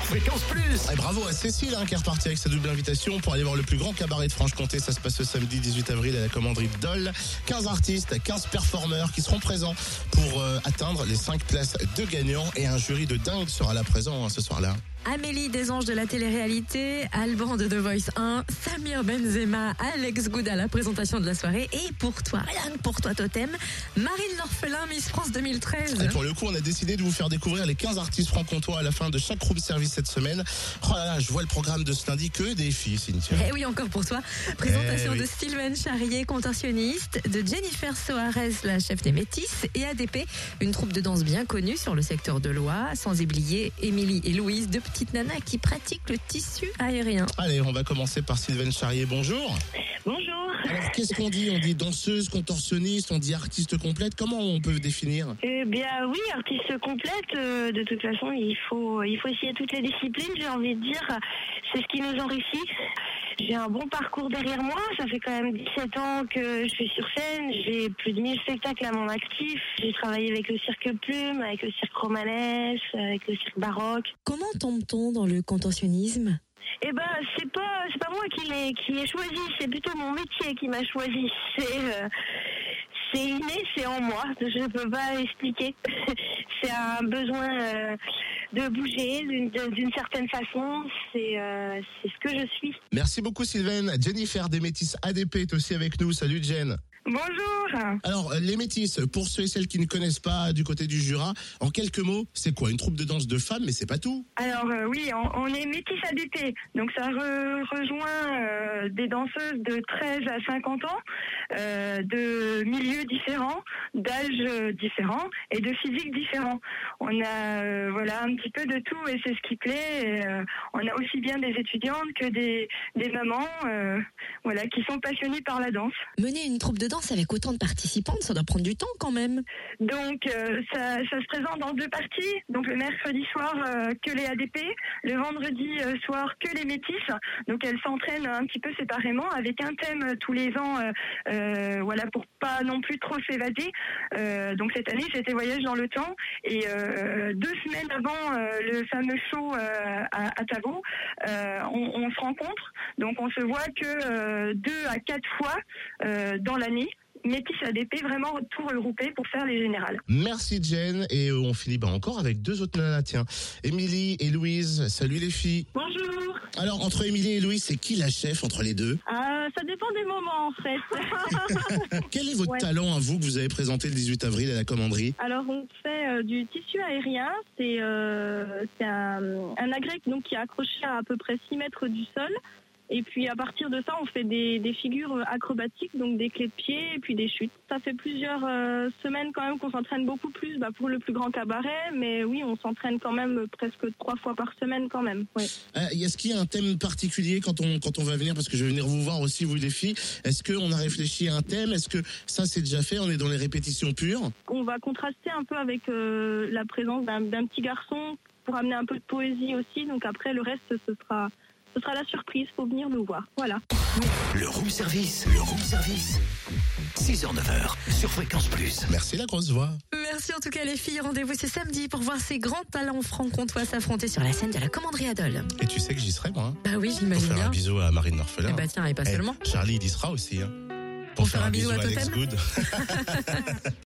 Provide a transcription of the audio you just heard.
Fréquence Plus. Et bravo à Cécile qui est repartie avec sa double invitation pour aller voir le plus grand cabaret de Franche-Comté. Ça se passe ce samedi 18 avril à la commanderie de Dole. 15 artistes, 15 performeurs qui seront présents pour atteindre les 5 places de gagnants. Et un jury de dingue sera là présent ce soir-là. Amélie des Anges de la télé-réalité, Alban de The Voice 1, Samir Benzema, Alex Goud à la présentation de la soirée. Et pour toi, rien que pour toi Totem, Marine L'Orphelin, Miss France 2013. Et pour le coup, on a décidé de vous faire découvrir les 15 artistes franc-comtois à la fin de chaque room service cette semaine. Oh là là, je vois le programme de ce lundi, que des filles, Cynthia. Eh oui, encore pour toi. Présentation de Sylvain Charrier, contorsionniste, de Jennifer Soares, la chef des Métis, et ADP, une troupe de danse bien connue sur le secteur de l'Oie, sans oublier Émilie et Louise, deux petites nanas qui pratiquent le tissu aérien. Allez, on va commencer par Sylvain Charrier. Bonjour. Bonjour. Alors, qu'est-ce qu'on dit? On dit danseuse, contorsionniste, on dit artiste complète. Comment on peut définir? Eh bien oui, artiste complète. De toute façon, il faut essayer toutes les disciplines. J'ai envie de dire, c'est ce qui nous enrichit. J'ai un bon parcours derrière moi. Ça fait quand même 17 ans que je suis sur scène. J'ai plus de 1000 spectacles à mon actif. J'ai travaillé avec le cirque Plume, avec le cirque Romanesque, avec le cirque baroque. Comment tombe-t-on dans le contorsionnisme ? Eh ben, c'est pas moi qui l'ai choisi. C'est plutôt mon métier qui m'a choisi. C'est inné, c'est en moi. Je ne peux pas expliquer. C'est un besoin de bouger d'une certaine façon. C'est ce que je suis. Merci beaucoup Sylvain. Jennifer des Métis ADP est aussi avec nous. Salut Jen. Bonjour. Alors, les Métis, pour ceux et celles qui ne connaissent pas du côté du Jura, en quelques mots, c'est quoi? Une troupe de danse de femmes, mais c'est pas tout. Alors oui, on est Métis ADP, donc ça rejoint des danseuses de 13 à 50 ans, de milieux différents, d'âges différents et de physiques différents. On a voilà un petit peu de tout et c'est ce qui plaît. Et, on a aussi bien des étudiantes que des mamans, voilà, qui sont passionnées par la danse. Mener une troupe de danse avec autant de participantes, ça doit prendre du temps quand même. Donc ça se présente dans 2 parties. Donc le mercredi soir que les ADP, le vendredi soir que les Métis. Donc elles s'entraînent un petit peu séparément avec un thème tous les ans, voilà, pour pas non plus trop s'évader. Donc cette année c'était Voyage dans le temps et 2 semaines avant le fameux show à Tavo, on se rencontre. Donc on se voit que 2 à 4 fois dans l'année. Métis ADP, vraiment tout regroupé pour faire les générales. Merci Jen, et on finit encore avec 2 autres nanas, tiens. Émilie et Louise, salut les filles. Bonjour. Alors, entre Émilie et Louise, c'est qui la chef entre les deux? Ça dépend des moments en fait. Quel est votre talent à vous que vous avez présenté le 18 avril à la commanderie? Alors on fait du tissu aérien, c'est un agrès donc, qui est accroché à peu près 6 mètres du sol. Et puis à partir de ça, on fait des figures acrobatiques, donc des clés de pied et puis des chutes. Ça fait plusieurs semaines quand même qu'on s'entraîne beaucoup plus pour le plus grand cabaret, mais oui, on s'entraîne quand même presque 3 fois par semaine quand même. Ouais. Est-ce qu'il y a un thème particulier quand on va venir, parce que je vais venir vous voir aussi, vous les filles. Est-ce qu'on a réfléchi à un thème? Est-ce que ça c'est déjà fait? On est dans les répétitions pures? On va contraster un peu avec la présence d'un petit garçon pour amener un peu de poésie aussi. Donc après, le reste, ce sera la surprise, faut venir nous voir. Voilà. Le room service. 6h-9h sur Fréquence Plus. Merci la grosse voix. Merci en tout cas les filles, rendez-vous ce samedi pour voir ces grands talents franc-comtois s'affronter sur la scène de la commanderie à Dole. Et tu sais que j'y serai moi. Bah oui, Pour j'imagine faire bien. un bisou à Marine L'Orphelin. Bah tiens, et pas seulement. Charlie il y sera aussi. Pour faire un bisou à Alex Totem. Good.